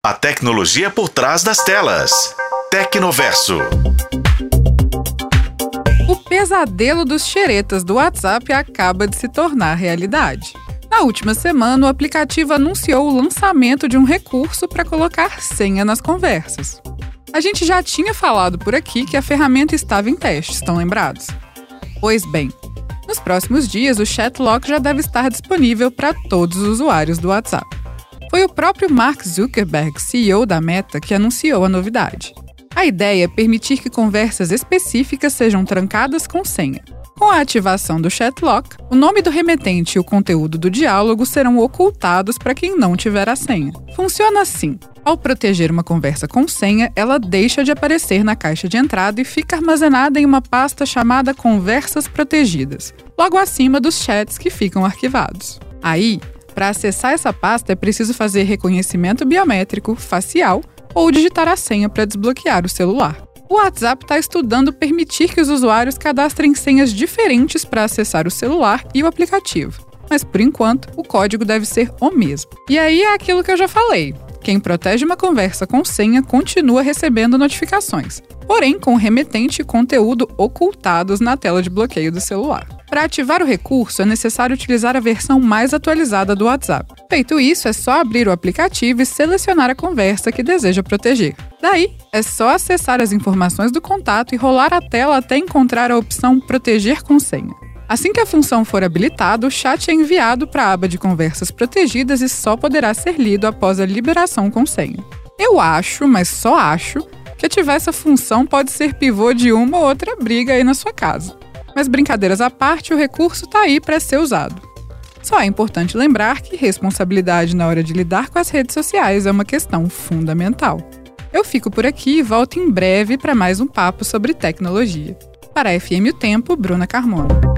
A tecnologia por trás das telas. Tecnoverso. O pesadelo dos xeretas do WhatsApp acaba de se tornar realidade. Na última semana, o aplicativo anunciou o lançamento de um recurso para colocar senha nas conversas. A gente já tinha falado por aqui que a ferramenta estava em teste, estão lembrados? Pois bem, nos próximos dias o Chat Lock já deve estar disponível para todos os usuários do WhatsApp. Foi o próprio Mark Zuckerberg, CEO da Meta, que anunciou a novidade. A ideia é permitir que conversas específicas sejam trancadas com senha. Com a ativação do Chat Lock, o nome do remetente e o conteúdo do diálogo serão ocultados para quem não tiver a senha. Funciona assim. Ao proteger uma conversa com senha, ela deixa de aparecer na caixa de entrada e fica armazenada em uma pasta chamada Conversas Protegidas, logo acima dos chats que ficam arquivados. Aí, para acessar essa pasta é preciso fazer reconhecimento biométrico, facial ou digitar a senha para desbloquear o celular. O WhatsApp está estudando permitir que os usuários cadastrem senhas diferentes para acessar o celular e o aplicativo. Mas, por enquanto, o código deve ser o mesmo. E aí é aquilo que eu já falei. Quem protege uma conversa com senha continua recebendo notificações, porém com o remetente e conteúdo ocultados na tela de bloqueio do celular. Para ativar o recurso, é necessário utilizar a versão mais atualizada do WhatsApp. Feito isso, é só abrir o aplicativo e selecionar a conversa que deseja proteger. Daí, é só acessar as informações do contato e rolar a tela até encontrar a opção Proteger com senha. Assim que a função for habilitada, o chat é enviado para a aba de conversas protegidas e só poderá ser lido após a liberação com senha. Eu acho, mas só acho, que ativar essa função pode ser pivô de uma ou outra briga aí na sua casa. Mas brincadeiras à parte, o recurso está aí para ser usado. Só é importante lembrar que responsabilidade na hora de lidar com as redes sociais é uma questão fundamental. Eu fico por aqui e volto em breve para mais um papo sobre tecnologia. Para a FM O Tempo, Bruna Carmona.